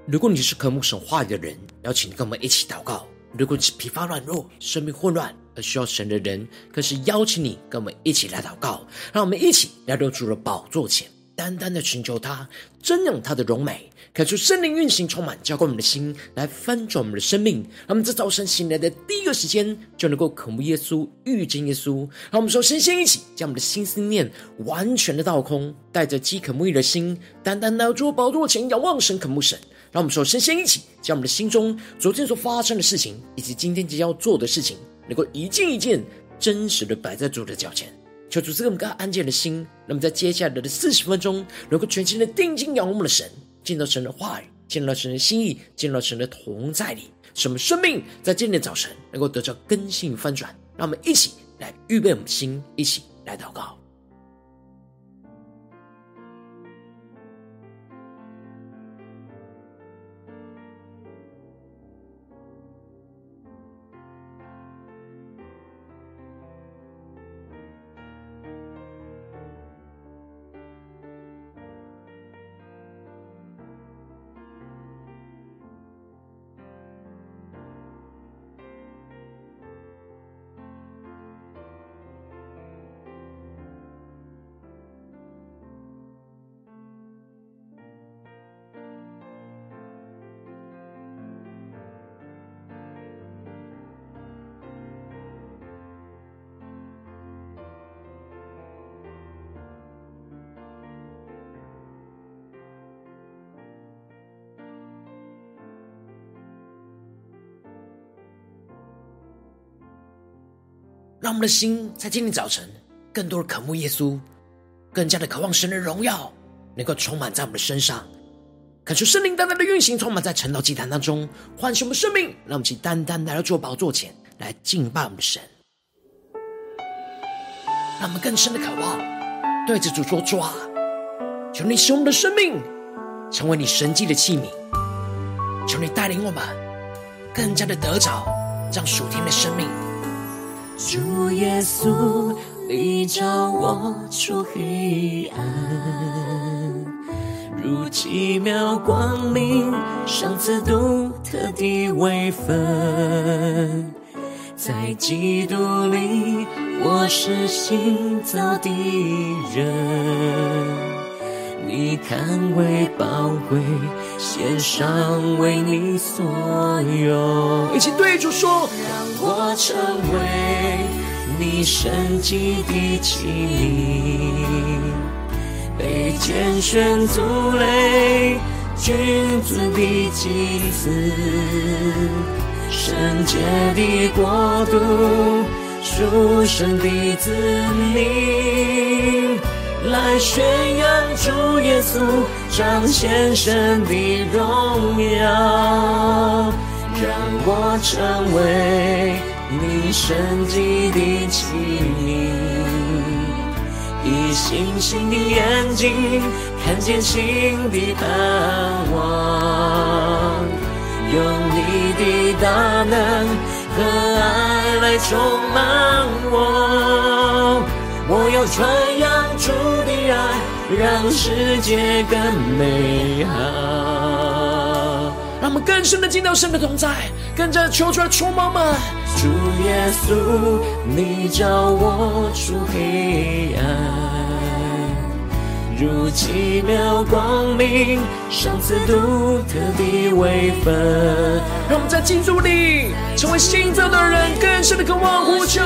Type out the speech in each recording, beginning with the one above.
如果你是渴慕神话语的人，邀请你跟我们一起祷告。如果你是疲乏软弱、生命混乱而需要神的人，更是邀请你跟我们一起来祷告。让我们一起来到主的宝座前，单单的寻求他，瞻仰他的荣美，恳求圣灵运行充满，浇灌我们的心，来翻转我们的生命。让我们在早晨醒来的第一个时间，就能够渴慕耶稣，遇见耶稣。让我们首先一起将我们的心思念完全的倒空，带着饥渴沐浴的心，单单来到主的宝座前，仰望神，渴慕神。让我们首先一起将我们的心中昨天所发生的事情，以及今天即将要做的事情，能够一件一件真实的摆在主的脚前。求主赐给我们更安静的心，让我们在接下来的40分钟，能够全心的定睛仰望我们的神，见到神的话语，见到神的心意，见到神的同在里，使我们生命在今天的早晨能够得到更新翻转。让我们一起来预备我们的心，一起来祷告。让我们的心在今天早晨更多的渴慕耶稣，更加的渴望神的荣耀能够充满在我们的身上。恳求圣灵单单的运行，充满在晨祷祭坛当中，唤醒我们生命。让我们一起单单来到主的宝座前来敬拜我们的神。让我们更深的渴望对着主说：主啊，求你使我们的生命成为你神迹的器皿，求你带领我们更加的得着这样属天的生命。 主耶稣，你照我出黑暗，如奇妙光明，赏赐独特的微分。在基督里，我是新造的人，你看为宝贵，献上为你所有。 一起对主说： 让我成为你神迹的器皿，被拣选族类，君尊的祭司，圣洁的国度，属神的子民，来宣扬主耶稣，彰显神的荣耀。让我成为你神迹的器皿，以星星的眼睛看见新的盼望，用你的大能和爱来充满我。我要传扬主的爱，让世界更美好。 让我们更深的进到神的同在，更加的求出来充满们。 主耶稣，你照我出黑暗，如奇妙光明，赏赐独特的微分。 让我们在基督里成为新造的人，更深的渴望呼求。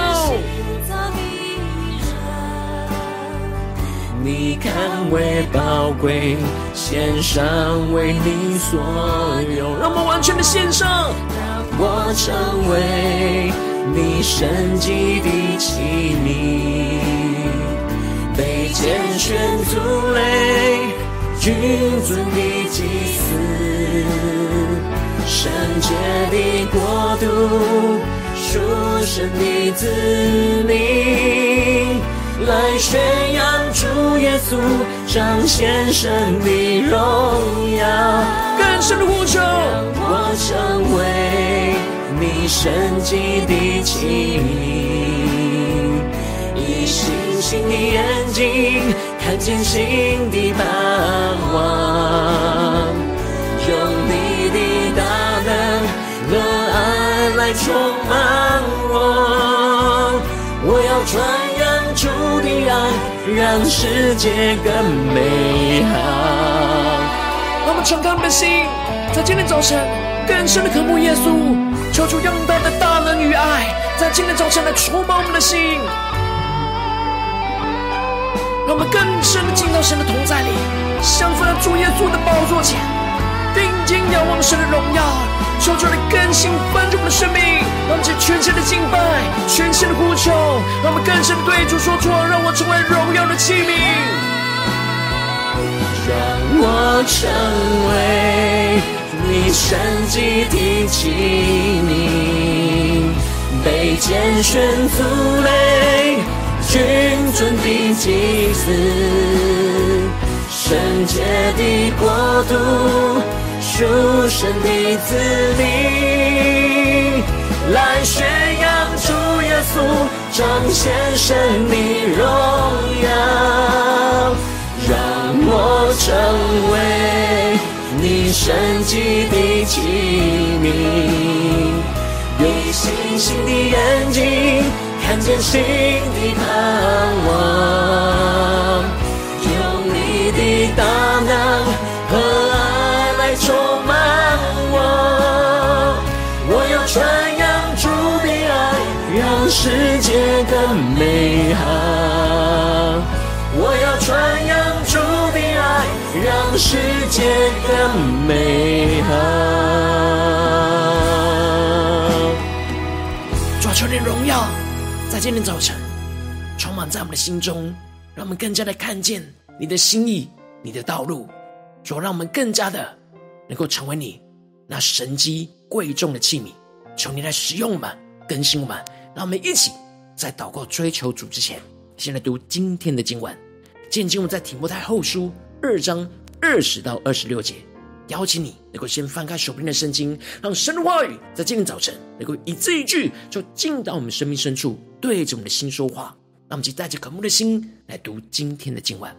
你看为宝贵，献上为你所有。 让我们完全的献上， 让我成为你神迹的器皿，被拣选族类，君尊的祭司，圣洁的国度，属神的子民，来宣扬主耶稣，彰显神的荣耀。 更深的呼求， 让我成为你神迹的器皿，以星星的眼睛看见新的盼望，用你充满我。我要传扬主的爱，让世界更美好。 让我们敞开我们的心，在今天早晨更深的渴慕耶稣，求主用他的大能与爱，在今天早晨来充满我们的心，让我们更深的进到神的同在里，降服在主耶稣的宝座前，定睛仰望神的荣耀，求主来更新翻转我们的生命，让我们借全新的敬拜，全新的呼求，让我们更深的对主说：主啊，让我成为荣耀的器皿， 让我成为你神迹的器皿，被拣选族类，君尊的祭司，圣洁的国度，属神的子民，来宣扬主耶稣，彰显神的荣耀。让我成为你神迹的器皿，用星星的眼睛看见新的盼望，用你的大能和爱来充满我。我要传扬主的爱，让世界更美好。我要传扬主的爱，让世界更美好。 主啊，求你荣耀在今天早晨充满在我们的心中，让我们更加的看见你的心意，你的道路。主啊，让我们更加的能够成为你那神机贵重的器皿。求你来使用我们，更新我们，让我们一起在祷告追求主之前，先来读今天的经文。今天经文在提摩太后书2章20到26节。邀请你能够先翻开手边的圣经，让神的话语在今天早晨能够一字一句就进到我们生命深处，对着我们的心说话。让我们就带着渴慕的心来读今天的经文。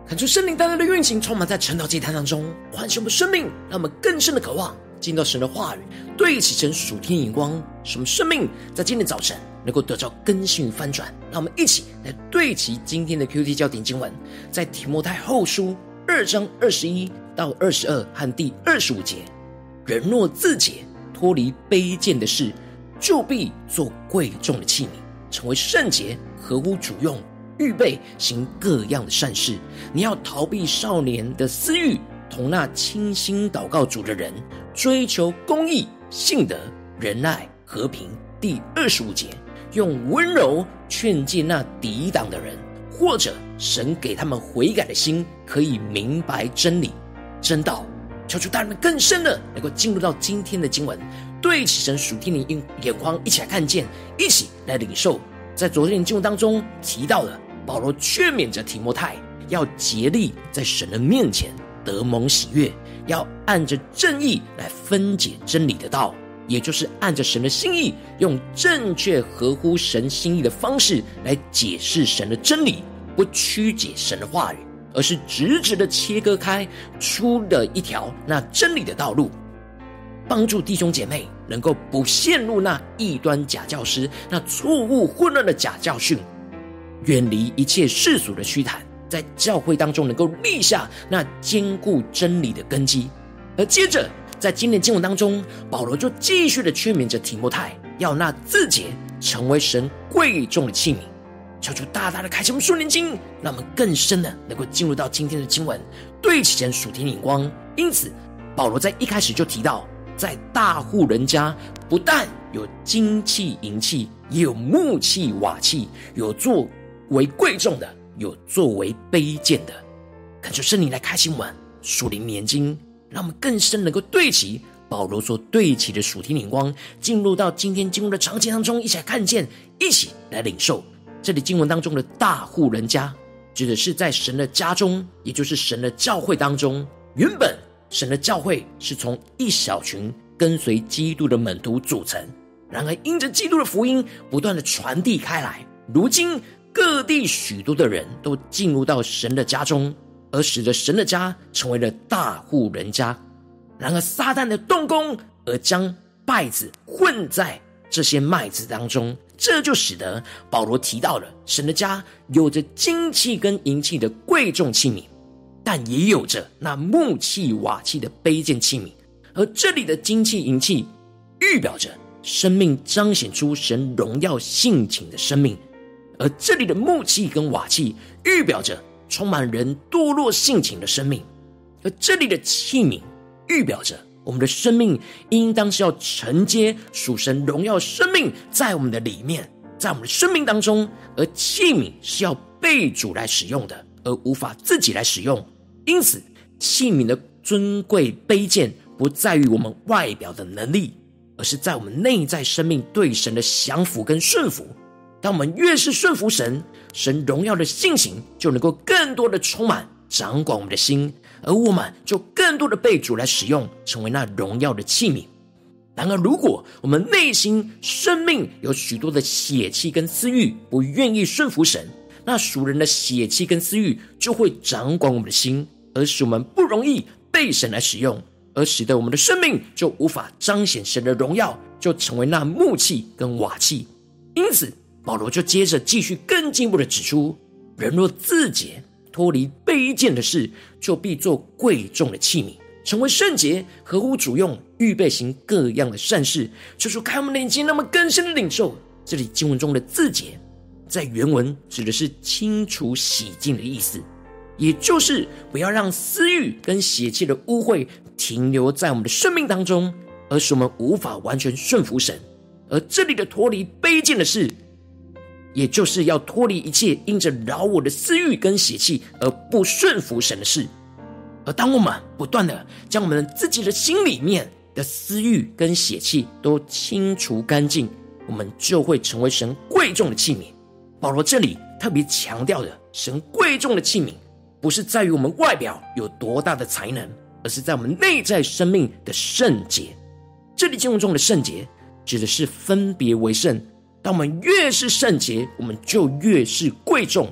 恳求圣灵单单的运行，充满在晨祷祭坛当中，唤醒我们生命，让我们更深的渴望进到神的话语，对齐神属天眼光，使我们生命在今天早晨能够得到更新与翻转。让我们一起来对齐今天的 QT 焦点经文，在提摩太后书2章21到22和第25节。人若自洁，脱离卑贱的事，就必做贵重的器皿，成为圣洁，合乎主用，预备行各样的善事。你要逃避少年的私欲，同那倾心祷告主的人，追求公义、信德、仁爱、和平。第25节，用温柔劝诫那抵挡的人，或者神给他们悔改的心，可以明白真理真道。求主带领们更深的能够进入到今天的经文，对齐神属天的眼光，一起来看见，一起来领受。在昨天的经文当中提到了保罗劝勉着提摩太要竭力在神的面前得蒙喜悦，要按着正义来分解真理的道，也就是按着神的心意，用正确合乎神心意的方式来解释神的真理，不曲解神的话语，而是直直的切割开出了一条那真理的道路，帮助弟兄姐妹能够不陷入那异端假教师那错误混乱的假教训，远离一切世俗的虚谈，在教会当中能够立下那坚固真理的根基。而接着在今天经文当中，保罗就继续的劝勉着提摩太，要那自洁成为神贵重的器皿。求主大大的开启我们属灵经，让我们更深的能够进入到今天的经文，对齐神属天眼光。因此保罗在一开始就提到，在大户人家不但有金器银器，也有木器瓦器，有作为贵重的，有作为卑贱的。恳求圣灵来开启我们属灵眼睛，让我们更深能够对齐保罗所对齐的属天眼光，进入到今天经文的场景当中，一起来看见，一起来领受。这里经文当中的大户人家，指的是在神的家中，也就是神的教会当中。原本神的教会是从一小群跟随基督的门徒组成，然而因着基督的福音不断的传递开来，如今各地许多的人都进入到神的家中，而使得神的家成为了大户人家。然而撒旦的动工，而将稗子混在这些麦子当中，这就使得保罗提到了神的家有着金器跟银器的贵重器皿，但也有着那木器瓦器的卑贱器皿。而这里的金器银器预表着生命彰显出神荣耀性情的生命，而这里的木器跟瓦器预表着充满人堕落性情的生命，而这里的器皿预表着我们的生命应当是要承接属神荣耀生命在我们的里面，在我们的生命当中，而器皿是要被主来使用的，而无法自己来使用。因此器皿的尊贵卑贱不在于我们外表的能力，而是在我们内在生命对神的降服跟顺服。当我们越是顺服神，神荣耀的性情就能够更多的充满掌管我们的心，而我们就更多的被主来使用，成为那荣耀的器皿。然而如果我们内心生命有许多的血气跟私欲，不愿意顺服神，那属人的血气跟私欲就会掌管我们的心，而使我们不容易被神来使用，而使得我们的生命就无法彰显神的荣耀，就成为那木器跟瓦器。因此保罗就接着继续更进一步的指出，人若自洁，脱离卑贱的事，就必做贵重的器皿，成为圣洁，合乎主用，预备行各样的善事。求主开我们的眼睛，让我们更深的领受这里经文中的自洁，在原文指的是清除洗净的意思，也就是不要让私欲跟血气的污秽停留在我们的生命当中，而使我们无法完全顺服神。而这里的脱离卑贱的事，也就是要脱离一切因着扰我的私欲跟血气而不顺服神的事。而当我们不断的将我们自己的心里面的私欲跟血气都清除干净，我们就会成为神贵重的器皿。保罗这里特别强调的，神贵重的器皿不是在于我们外表有多大的才能，而是在我们内在生命的圣洁。这里经文中的圣洁指的是分别为圣，当我们越是圣洁，我们就越是贵重。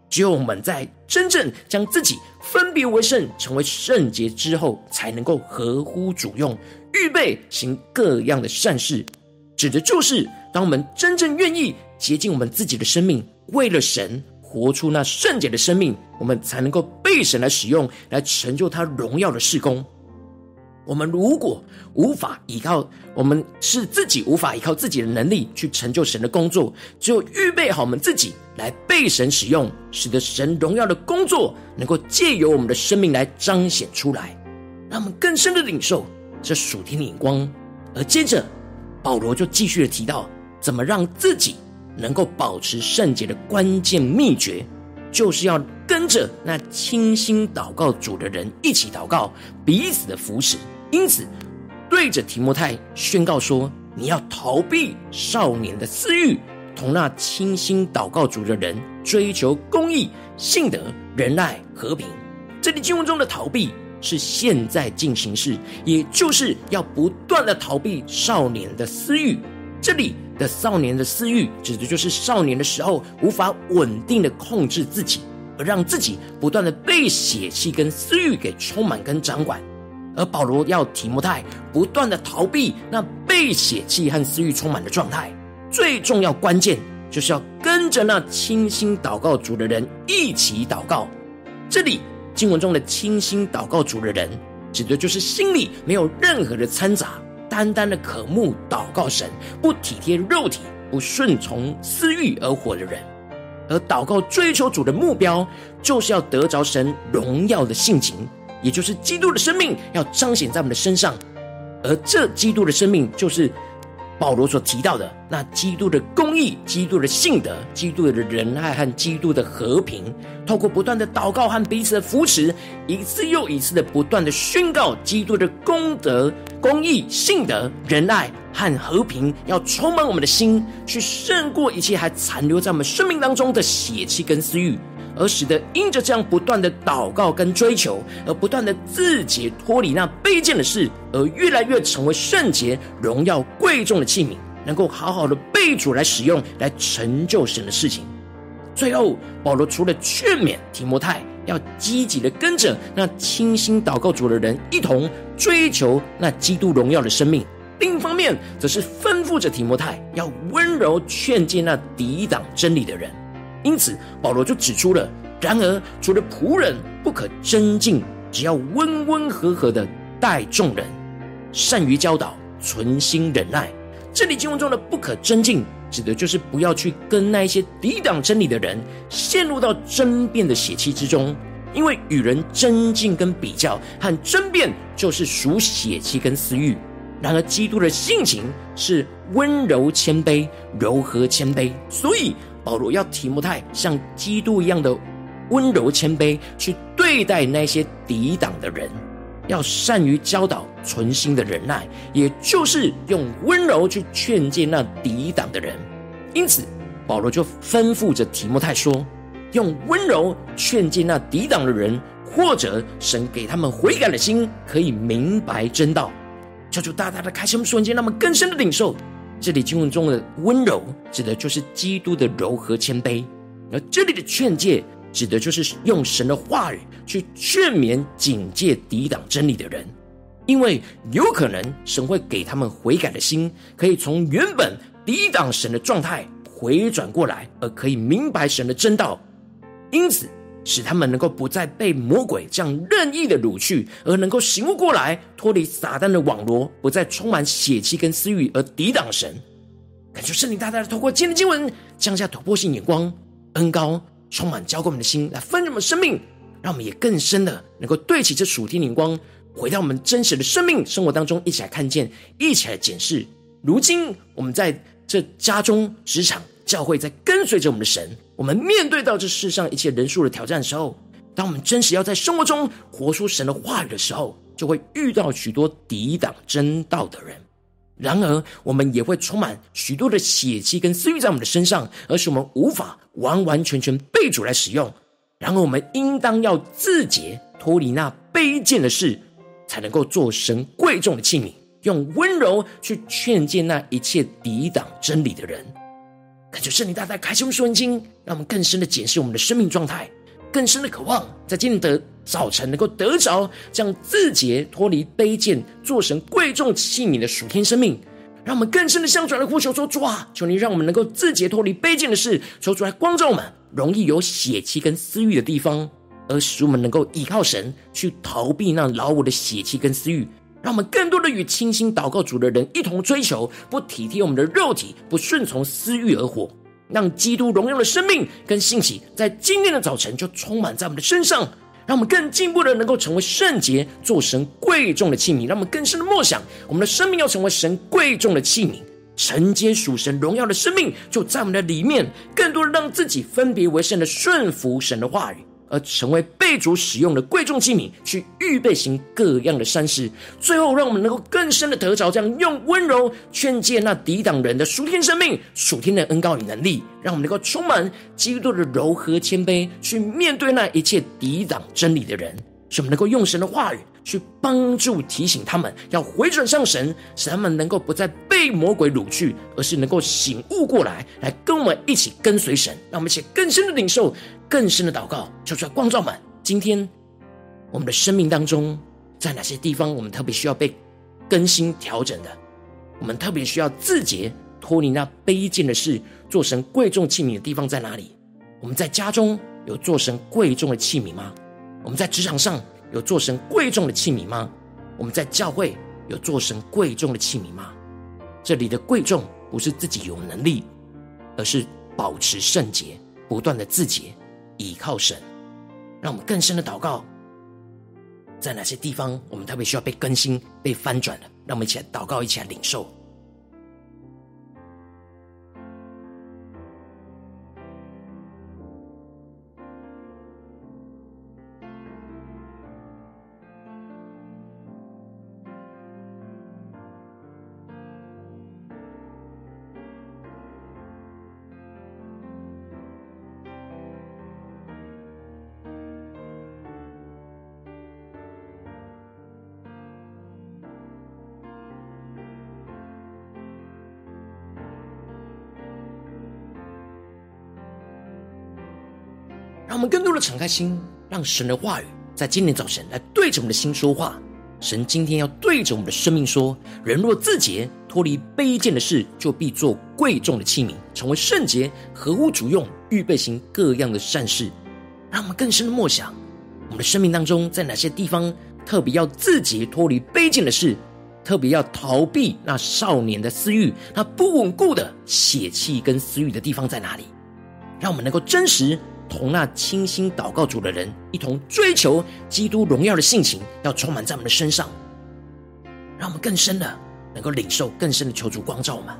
只有我们在真正将自己分别为圣，成为圣洁之后，才能够合乎主用，预备行各样的善事。指的就是当我们真正愿意洁净我们自己的生命，为了神活出那圣洁的生命，我们才能够被神来使用，来成就他荣耀的事工。我们如果无法依靠自己的能力去成就神的工作，只有预备好我们自己来被神使用，使得神荣耀的工作能够借由我们的生命来彰显出来，让我们更深的领受这属天的眼光。而接着保罗就继续的提到，怎么让自己能够保持圣洁的关键秘诀，就是要跟着那倾心祷告主的人一起祷告，彼此的扶持。因此对着提摩太宣告说，你要逃避少年的私欲，同那倾心祷告主的人追求公义、信德、仁爱、和平。这里经文中的逃避是现在进行式，也就是要不断的逃避少年的私欲。这里的少年的私欲指的就是少年的时候无法稳定的控制自己，而让自己不断的被血气跟私欲给充满跟掌管。而保罗要提摩太不断的逃避那被血气和私欲充满的状态，最重要关键就是要跟着那倾心祷告主的人一起祷告。这里经文中的倾心祷告主的人，指的就是心里没有任何的掺杂，单单的渴慕祷告神，不体贴肉体，不顺从私欲而活的人。而祷告追求主的目标，就是要得着神荣耀的性情，也就是基督的生命要彰显在我们的身上。而这基督的生命就是保罗所提到的那基督的公义、基督的信德、基督的仁爱和基督的和平。透过不断的祷告和彼此的扶持，一次又一次的不断的宣告基督的公德、公义、信德、仁爱和和平，要充满我们的心，去胜过一切还残留在我们生命当中的血气跟私欲，而使得因着这样不断的祷告跟追求，而不断的自己脱离那卑贱的事，而越来越成为圣洁、荣耀、贵重的器皿，能够好好的被主来使用，来成就神的事情。最后保罗除了劝勉提摩太要积极的跟着那倾心祷告主的人一同追求那基督荣耀的生命，另一方面则是吩咐着提摩太要温柔劝诫那抵挡真理的人。因此保罗就指出了，然而除了仆人不可争竞，只要温温和和的待众人，善于教导，存心忍耐。这里经文中的不可争竞，指的就是不要去跟那一些抵挡真理的人陷入到争辩的血气之中，因为与人争竞跟比较和争辩就是属血气跟私欲。然而基督的性情是温柔谦卑、柔和谦卑，所以保罗要提摩太像基督一样的温柔谦卑去对待那些抵挡的人，要善于教导，存心的忍耐，也就是用温柔去劝诫那抵挡的人。因此保罗就吩咐着提摩太说，用温柔劝诫那抵挡的人，或者神给他们悔改的心，可以明白真道。求主大大的开启我们瞬间，让我们更深的领受这里经文中的温柔，指的就是基督的柔和谦卑，而这里的劝诫指的就是用神的话语去劝勉警戒抵挡真理的人，因为有可能神会给他们悔改的心，可以从原本抵挡神的状态回转过来，而可以明白神的真道，因此使他们能够不再被魔鬼这样任意的掳去，而能够醒悟过来，脱离撒旦的网罗，不再充满血气跟私欲而抵挡神。感谢圣灵大大的透过今天的经文降下突破性眼光，恩膏充满浇灌我们的心，来分盛我们生命，让我们也更深的能够对齐这属天的眼光，回到我们真实的生命生活当中，一起来看见，一起来检视。如今我们在这家中、职场、教会，在跟随着我们的神，我们面对到这世上一切人数的挑战的时候，当我们真实要在生活中活出神的话语的时候，就会遇到许多抵挡真道的人。然而我们也会充满许多的血气跟私欲在我们的身上，而使我们无法完完全全被主来使用。然而我们应当要自洁，脱离那卑贱的事，才能够做神贵重的器皿，用温柔去劝诫那一切抵挡真理的人。 恳求圣灵大大开启我们属灵经，让我们更深的检视我们的生命状态，更深的渴望在今天的早晨能够得着这样自洁脱离卑贱做神贵重器皿的属天生命。让我们更深的向主来呼求说，主啊，求你让我们能够自洁脱离卑贱的事，求主来光照我们容易有血气跟私欲的地方，而使我们能够依靠神去逃避那老我的血气跟私欲。让我们更多的与倾心祷告主的人一同追求，不体贴我们的肉体，不顺从私欲而活，让基督荣耀的生命跟信息在今天的早晨就充满在我们的身上，让我们更进一步的能够成为圣洁，做神贵重的器皿。让我们更深的默想，我们的生命要成为神贵重的器皿，承接属神荣耀的生命就在我们的里面，更多的让自己分别为圣的顺服神的话语，而成为被主使用的贵重器皿，去预备行各样的善事。最后让我们能够更深的得着这样用温柔劝诫那抵挡人的属天生命、属天的恩膏与能力，让我们能够充满基督的柔和谦卑，去面对那一切抵挡真理的人，使我们能够用神的话语去帮助提醒他们要回转向神，使他们能够不再被魔鬼掳去，而是能够醒悟过来，来跟我们一起跟随神。让我们一起更深的领受，更深的祷告，求出来光照们今天我们的生命当中，在哪些地方我们特别需要被更新调整的，我们特别需要自洁脱离那卑贱的事，做神贵重器皿的地方在哪里？我们在家中有做神贵重的器皿吗？我们在职场上有做神贵重的器皿吗？我们在教会有做神贵重的器皿吗？这里的贵重不是自己有能力，而是保持圣洁，不断的自洁，倚靠神。让我们更深的祷告，在哪些地方我们特别需要被更新、被翻转的？让我们一起来祷告，一起来领受。让我们更多的敞开心，让神的话语在今天早晨来对着我们的心说话。神今天要对着我们的生命说，人若自洁脱离卑贱的事，就必做贵重的器皿，成为圣洁，合乎主用，预备行各样的善事。让我们更深的默想，我们的生命当中在哪些地方特别要自洁脱离卑贱的事，特别要逃避那少年的私欲，那不稳固的血气跟私欲的地方在哪里？让我们能够真实同那倾心祷告主的人一同追求基督荣耀的性情，要充满在我们的身上，让我们更深的能够领受，更深的求主光照我们。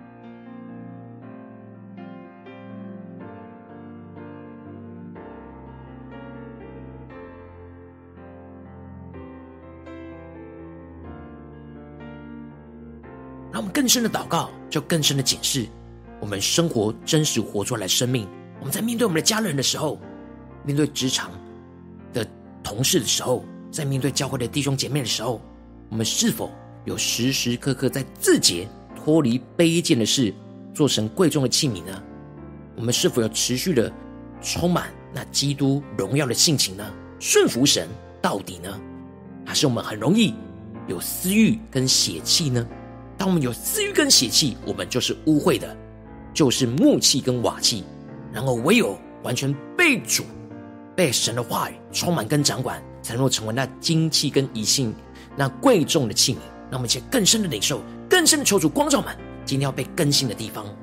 让我们更深的祷告，就更深的检视我们生活真实活出来的生命。我们在面对我们的家人的时候，面对职场的同事的时候，在面对教会的弟兄姐妹的时候，我们是否有时时刻刻在自洁脱离卑贱的事，做神贵重的器皿呢？我们是否有持续的充满那基督荣耀的性情呢？顺服神到底呢？还是我们很容易有私欲跟血气呢？当我们有私欲跟血气，我们就是污秽的，就是木器跟瓦器。然后唯有完全被主、被神的话语充满跟掌管，才能够成为那精气跟仪性那贵重的器皿。让我们一起更深的领受，更深的求主光照们今天要被更新的地方。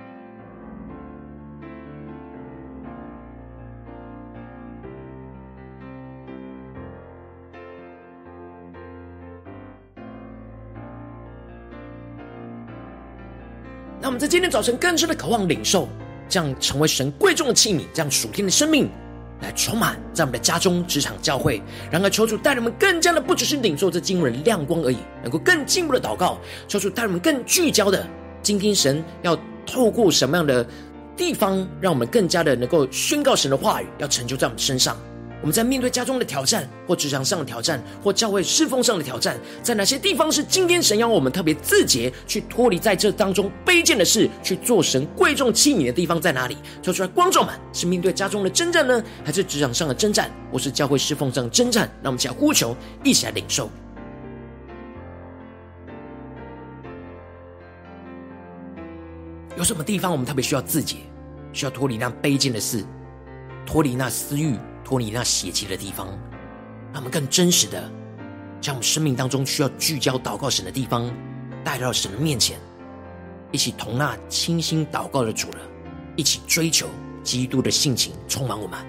那我们在今天早晨更深的渴望领受，这样成为神贵重的器皿，这样属天的生命来充满在我们的家中、职场、教会。然而求主带领我们更加的不只是领受这经文的亮光而已，能够更进一步的祷告，求主带领我们更聚焦的今天神要透过什么样的地方，让我们更加的能够宣告神的话语要成就在我们身上。 我们在面对家中的挑战，或职场上的挑战，或教会侍奉上的挑战，在哪些地方是今天神要我们特别自洁，去脱离在这当中卑贱的事，去做神贵重器皿的地方在哪里？说出来，光照们是面对家中的征战呢，还是职场上的征战，或是教会侍奉上的征战？让我们一起来呼求，一起来领受。有什么地方我们特别需要自洁，需要脱离那卑贱的事，脱离那私欲，脱离那血气的地方，让我们更真实的将我们生命当中需要聚焦祷告神的地方带到神的面前，一起同那倾心祷告的主了，一起追求基督的性情充满我们。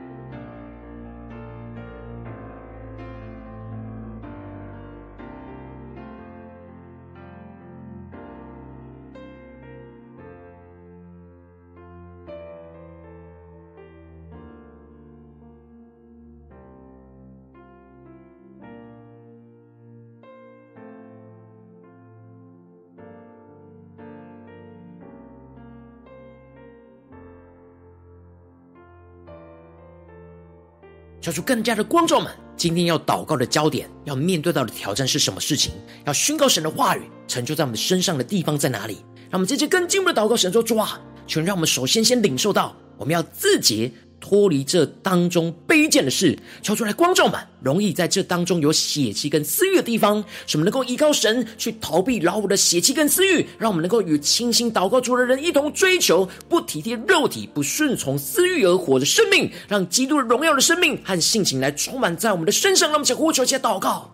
求主更加的光照们，今天要祷告的焦点，要面对到的挑战是什么事情？要宣告神的话语成就在我们身上的地方在哪里？让我们接着更进一步的祷告神说：主啊，求让我们首先领受到，我们要自洁，脱离这当中卑贱的事。求出来光照们，容易在这当中有血气跟私欲的地方，使我们能够依靠神去逃避老我的血气跟私欲，让我们能够与倾心祷告主的人一同追求不体贴肉体，不顺从私欲而活的生命，让基督的荣耀的生命和性情来充满在我们的身上。让我们一起呼求，一起祷告。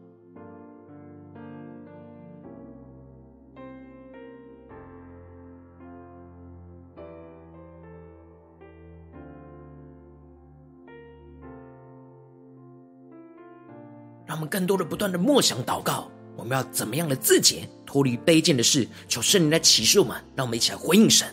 让我们更多的不断的默想祷告，我们要怎么样的自洁，脱离卑贱的事？求圣灵来启示我们，让我们一起来回应神。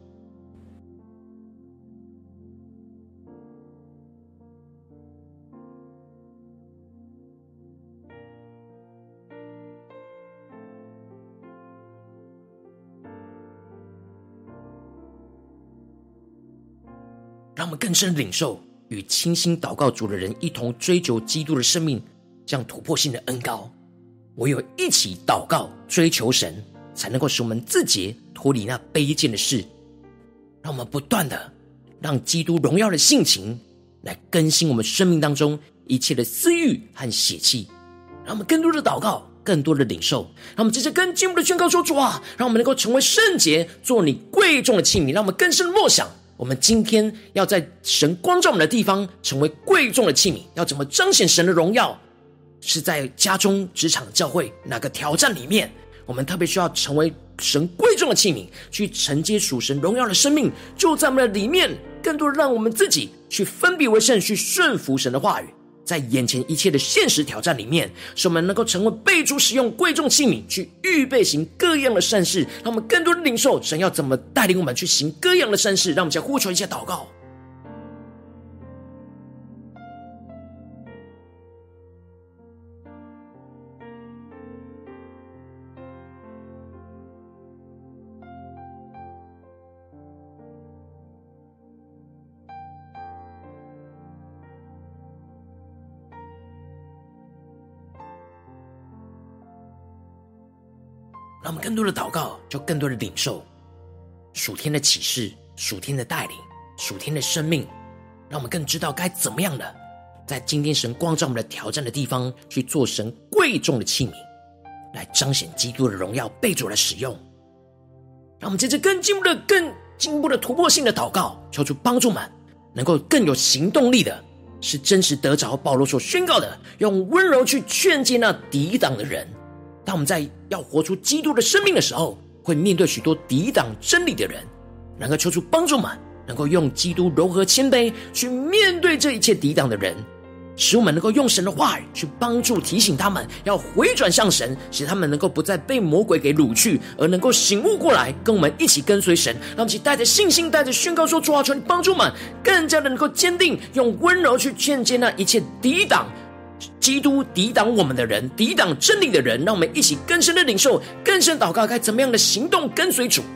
让我们更深领受与倾心祷告主的人一同追求基督的生命，这样突破性的恩膏。唯有一起祷告追求神，才能够使我们自洁，脱离那卑贱的事。让我们不断的让基督荣耀的性情来更新我们生命当中一切的私欲和血气。让我们更多的祷告，更多的领受。让我们接着更进一步的宣告说：主啊，让我们能够成为圣洁，做你贵重的器皿。让我们更深的默想，我们今天要在神光照我们的地方成为贵重的器皿，要怎么彰显神的荣耀？是在家中、职场、教会哪个挑战里面，我们特别需要成为神贵重的器皿，去承接属神荣耀的生命，就在我们的里面，更多的让我们自己去分别为圣，去顺服神的话语。在眼前一切的现实挑战里面，使我们能够成为被主使用贵重器皿，去预备行各样的善事。让我们更多的领受神要怎么带领我们去行各样的善事。让我们再呼求一下祷告。让我们更多的祷告，就更多的领受属天的启示、属天的带领、属天的生命，让我们更知道该怎么样的在今天神光照我们的挑战的地方，去做神贵重的器皿，来彰显基督的荣耀，被主来使用。让我们接着更进一步的突破性的祷告，求主帮助们能够更有行动力的，是真实得着保罗所宣告的，用温柔去劝诫那抵挡的人。当我们在要活出基督的生命的时候，会面对许多抵挡真理的人，能够求主帮助们能够用基督柔和谦卑去面对这一切抵挡的人，使我们能够用神的话语去帮助提醒他们要回转向神，使他们能够不再被魔鬼给掳去，而能够醒悟过来，跟我们一起跟随神。让我们一起带着信心，带着宣告说：主啊，求你帮助我们更加的能够坚定，用温柔去劝诫那一切抵挡基督、抵挡我们的人、抵挡真理的人。让我们一起更深的领受，更深祷告该怎么样的行动跟随主。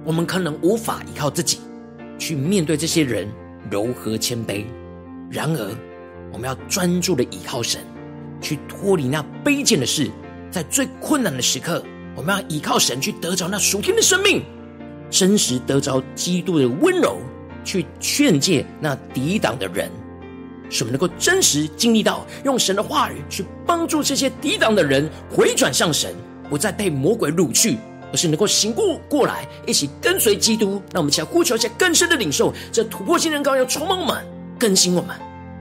我们可能无法依靠自己去面对这些人，柔和谦卑。然而我们要专注的依靠神，去脱离那卑贱的事。在最困难的时刻，我们要依靠神去得着那属天的生命，真实得着基督的温柔，去劝诫那抵挡的人，使我们能够真实经历到用神的话语去帮助这些抵挡的人回转向神，不再被魔鬼掳去，而是能够醒悟过来，一起跟随基督。让我们一起来呼求一下更深的领受这突破性人膏要充满我们，更新我们。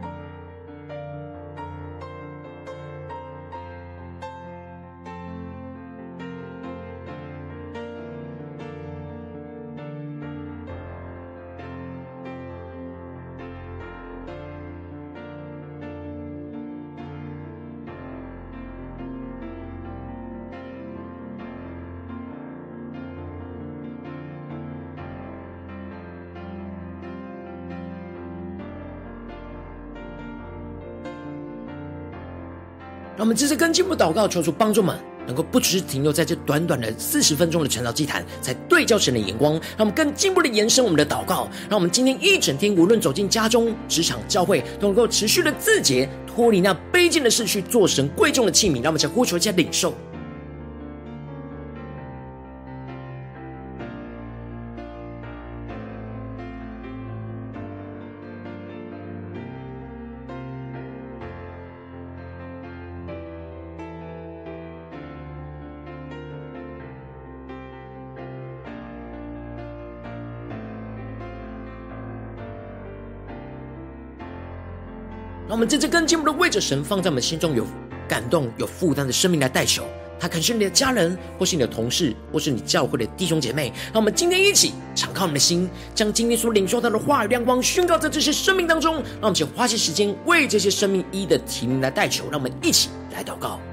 让我们这次跟进步祷告，求主帮助们能够不只是停留在这短短的40分钟的晨祷祭坛，才对焦神的眼光，让我们更进一步的延伸我们的祷告，让我们今天一整天无论走进家中、职场、教会，都能够持续的自洁，脱离那卑贱的事，去做神贵重的器皿。让我们再呼求一下领受。让我们真正更进一步的为着神放在我们心中有感动、有负担的生命来代求。他可能是你的家人，或是你的同事，或是你教会的弟兄姐妹。让我们今天一起敞开我们的心，将今天所领受到的话语亮光宣告在这些生命当中。让我们请花些时间为这些生命一的提名来代求。让我们一起来祷告。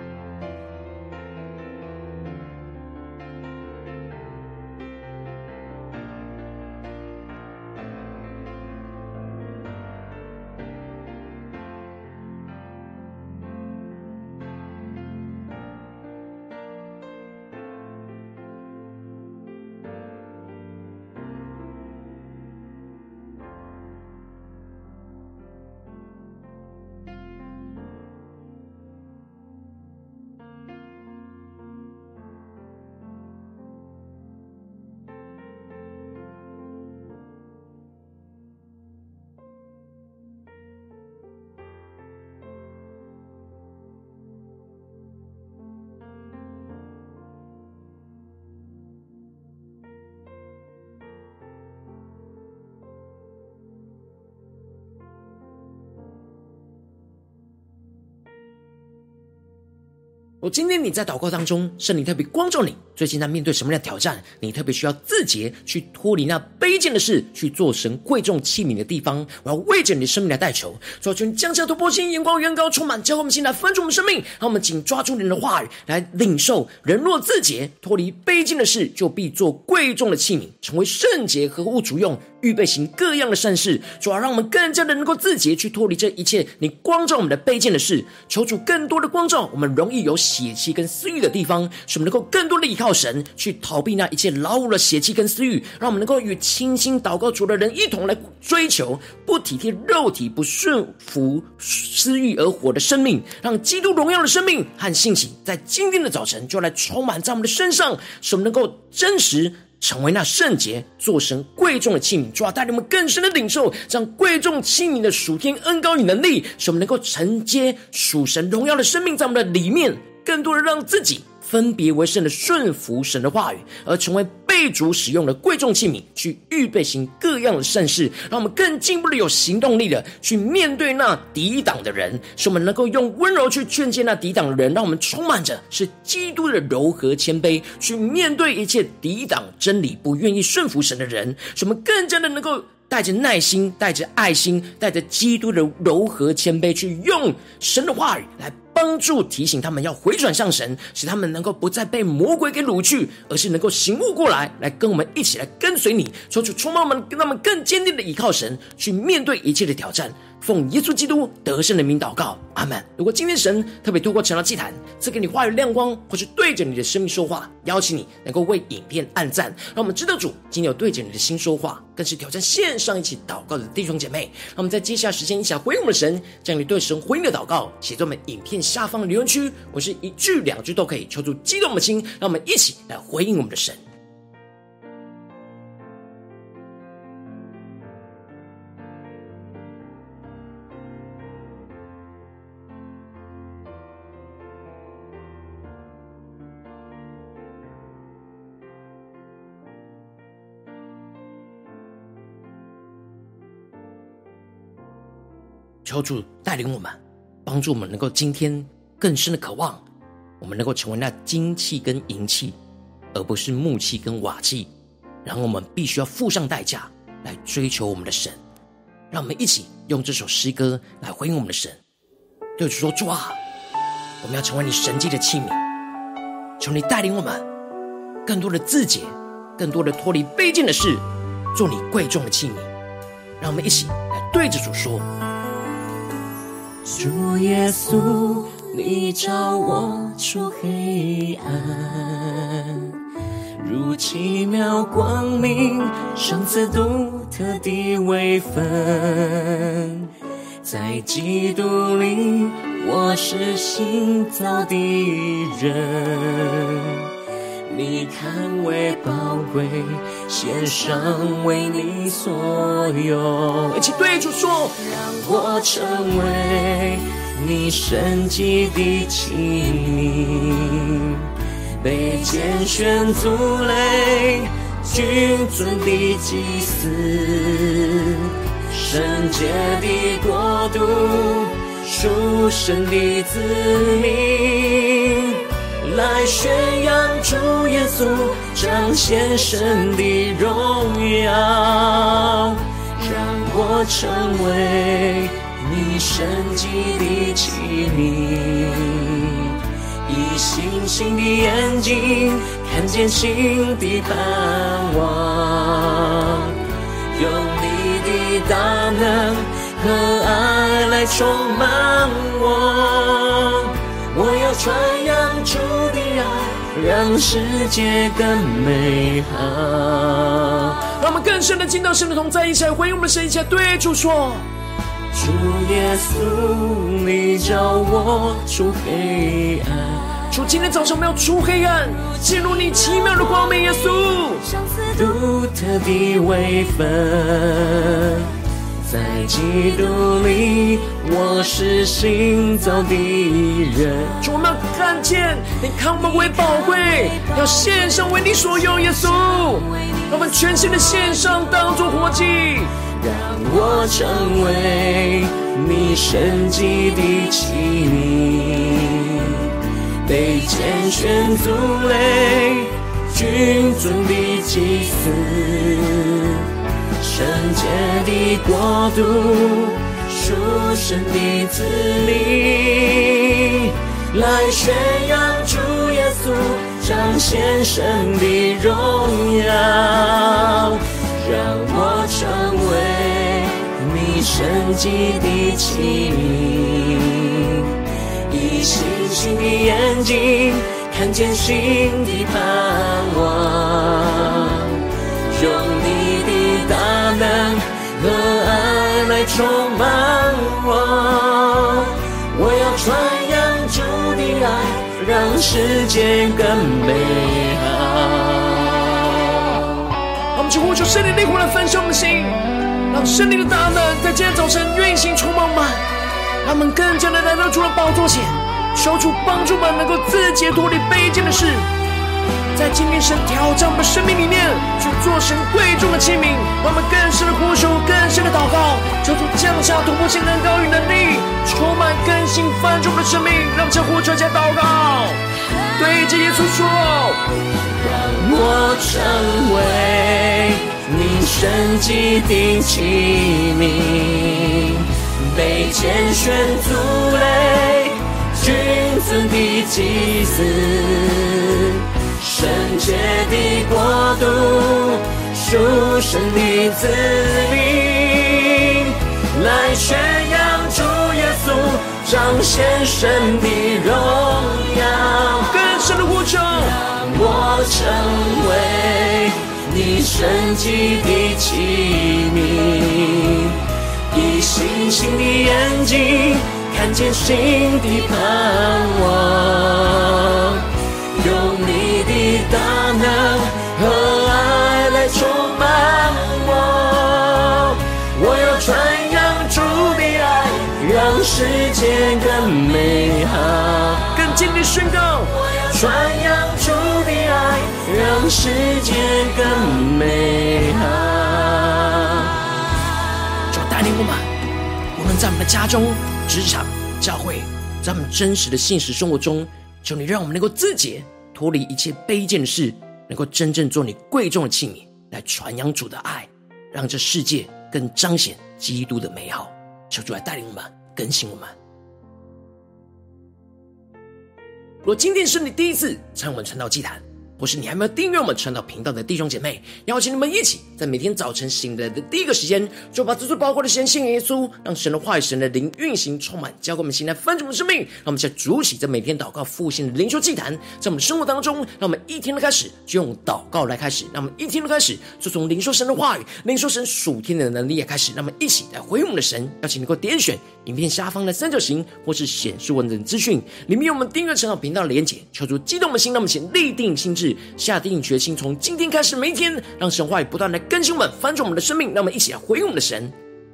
今天你在祷告当中，圣灵特别光照你，最近在面对什么样的挑战？你特别需要自洁，去脱离那卑贱的事，去做神贵重器皿的地方。我要为着你的生命来代求，求你降下突破性眼光，远高充满，教会我们心来分出我们生命。让我们紧抓住你的话语来领受。人若自洁，脱离卑贱的事，就必做贵重的器皿，成为圣洁，合乎主用，预备行各样的善事。主要让我们更加的能够自洁，去脱离这一切你光照我们的卑贱的事。求主更多的光照我们容易有血气跟私欲的地方，使我们能够更多的依靠神，去逃避那一切老我的血气跟私欲。让我们能够与倾心祷告主的人一同来追求不体贴肉体、不顺服私欲而活的生命，让基督荣耀的生命和信息在今天的早晨就来充满在我们的身上，使我们能够真实成为那圣洁，做神贵重的器皿。主要带领我们更深的领受这样贵重器皿的属天恩膏与能力，使我们能够承接属神荣耀的生命在我们的里面，更多的让自己分别为圣的顺服神的话语，而成为被主使用的贵重器皿，去预备行各样的善事。让我们更进一步的有行动力的去面对那抵挡的人，使我们能够用温柔去劝诫那抵挡的人。让我们充满着是基督的柔和谦卑，去面对一切抵挡真理不愿意顺服神的人，使我们更加的能够带着耐心、带着爱心、带着基督的柔和谦卑，去用神的话语来帮助提醒他们要回转向神，使他们能够不再被魔鬼给掳去，而是能够醒悟过来，来跟我们一起来跟随你。求主充满我们，让我们更坚定的依靠神，去面对一切的挑战， 奉耶稣基督得胜的名祷告，阿们。如果今天神特别透过晨祷祭坛赐给你话语亮光，或是对着你的生命说话，邀请你能够为影片按赞，让我们知道主今天有对着你的心说话，更是挑战线上一起祷告的弟兄姐妹。让我们在接下来时间一起来回应我们的神，将你对神回应的祷告写在我们影片下方的留言区，我是一句两句都可以，求助激动我们的心，让我们一起来回应我们的神。求主带领我们，帮助我们能够今天更深的渴望，我们能够成为那金器跟银器，而不是木器跟瓦器。然后我们必须要付上代价来追求我们的神。让我们一起用这首诗歌来回应我们的神，对主说：主啊，我们要成为你神迹的器皿，求你带领我们更多的自洁，更多的脱离卑贱的事，做你贵重的器皿。让我们一起来对着主说： 主耶稣，你照我出黑暗，如奇妙光明，赏赐独特的微分。在基督里，我是新造的人，你看为宝贵，献上为你所有。 一起对主说： 让我成为你神迹的器皿，被拣选族类，君尊的祭司，圣洁的国度，属神的子民，来宣扬主耶稣，彰显神的荣耀。让我成为你神迹的器皿，以星星的眼睛看见新的盼望，用你的大能和爱来充满我。我要传扬主的爱，让世界更美好。 让我们更深的进到神的同在，一起来回应我们的神，一起来对主说： 主耶稣，你照我出黑暗。 主，今天早上我们要出黑暗，进入你奇妙的光明。耶稣， 独特的微分，在基督里，我是新造的人。 主，我们要看见你看我们为宝贵，要献上为你所有。耶稣，让我们全心的献上，当作活祭。 让我成为你神迹的器皿，被拣选族类，君尊的祭司，圣洁的国度，属神的子民，来宣扬主耶稣，彰显神的荣耀。让我成为你神迹的器皿，以星星的眼睛看见新的盼望，用你的大能和爱来充满我。我要传扬主的爱，让世界更美好。 我们去呼求圣灵的灵火来焚烧我们的心，让圣灵的大能在今天早晨运行充满我们，让我们更加的来到主的宝座前，求主帮助我们能够自洁脱离卑贱的事，在今天神挑战我们的生命里面去做神贵重的器皿。让我们更深的呼求，更深的祷告，求主降下突破性能高与能力，充满更新翻转我们的生命。让我们再呼求加祷告，对着耶稣说： 让我成为你神迹的器皿，被拣选族类，君尊的祭司，圣洁的国度，属神的子民， 来宣扬主耶稣彰显神的荣耀， 更深的呼求， 让我成为你神迹的器皿，以星星的眼睛看见新的盼望，用你的大能和爱来充满我，我要传扬主的爱，让世界更美好， 更坚定宣告， 我要传扬主的爱，让世界更美好。 主带领我们，无论在我们的家中、职场、教会，在我们真实的现实生活中，求你让我们能够自洁，脱离一切卑贱的事，能够真正做你贵重的器皿，来传扬主的爱，让这世界更彰显基督的美好。求主来带领我们，更新我们。如果今天是你第一次参与我们传道祭坛，或是你还没有订阅我们传道频道的弟兄姐妹，邀请你们一起在每天早晨醒来的第一个时间，就把这最宝贵的时间献给耶稣，让神的话语、神的灵运行充满，交给我们心来翻转我们的生命。让我们在主起在每天祷告复兴的灵修祭坛，在我们的生活当中，让我们一天的开始就用祷告来开始，让我们一天的开始就从领受神的话语、领受神属天的能力来开始。让我们一起来回应我们的神。邀请你能够点选影片下方的三角形，或是显示文字资讯，里面有我们订阅传道频道的连结，求主激动我们的心，让我们先立定心志，下定决心，从今天开始每一天，让神话语不断来更新我们、翻转我们的生命。让我们一起来回应我们的神。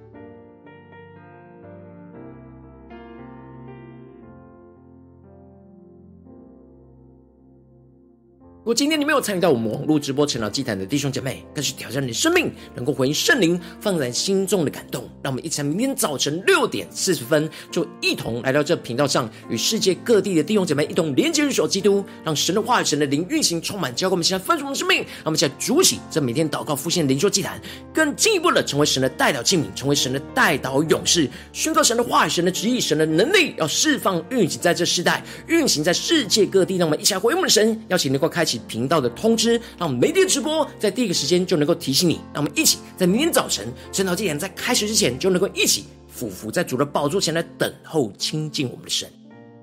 如果今天你没有参与到我们网络直播成长祭坛的弟兄姐妹，更是挑战你的生命，能够回应圣灵放在心中的感动。让我们一起在明天早晨6点40分，就一同来到这频道上，与世界各地的弟兄姐妹一同连接入手基督，让神的话语、神的灵运行充满，交给我们现在翻转我们的生命。让我们现在主起这每天祷告复兴的灵修祭坛，更进一步的成为神的代祷器皿，成为神的代祷勇士，宣告神的话语、神的旨意、神的能力，要释放运行在这世代，运行在世界各地。让我们一起来回应我们的神，邀请能够开启频道的通知，让我们每天直播在第一个时间就能够提醒你。让我们一起在明天早晨晨祷祭坛在开始之前，就能够一起俯伏在主的宝座前来等候亲近我们的神。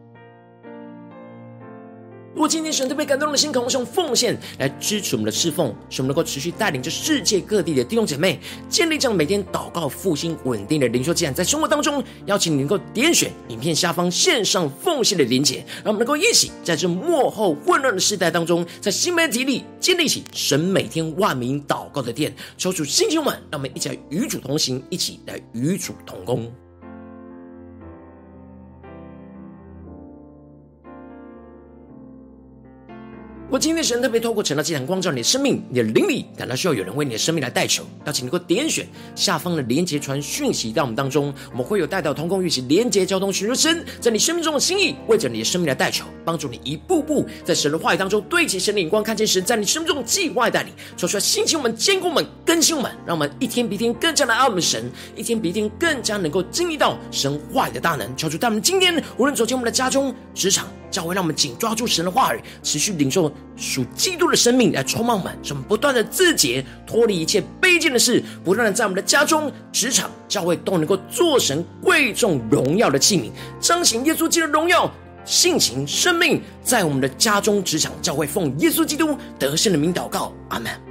如果今天神特别感动的心，渴望用奉献来支持我们的侍奉，使我们能够持续带领着世界各地的弟兄姐妹建立这样每天祷告复兴稳定的灵修祭坛，在生活当中邀请你能够点选影片下方线上奉献的连结，让我们能够一起在这末后混乱的世代当中，在新媒体里建立起神每天万名祷告的殿。求主兴起我们，让我们一起来与主同行，一起来与主同工。如果今天神特别透过晨祷祭坛光照你的生命，你的灵里感到需要有人为你的生命来代求，邀请你能够点选下方的连结传讯息到我们当中，我们会有代祷同工一起连结交通，寻求神在你生命中的心意，为着你的生命来代求，帮助你一步步在神的话语当中对齐神的眼光，看见神在你生命中的计划带领，说出来兴起我们、坚固我们、更新我们，让我们一天比一天更加的爱我们神，一天比一天更加能够经历到神话语的大能。求主在我们今天无论走进我们的家中、职场、教会，让我们紧抓住神的话语，持续领受属基督的生命来充满我们，使我们不断的自洁，脱离一切卑贱的事，不断的在我们的家中、职场、教会都能够做神贵重荣耀的器皿，彰显耶稣基督的荣耀性情生命，在我们的家中、职场、教会，奉耶稣基督得胜的名祷告，阿们。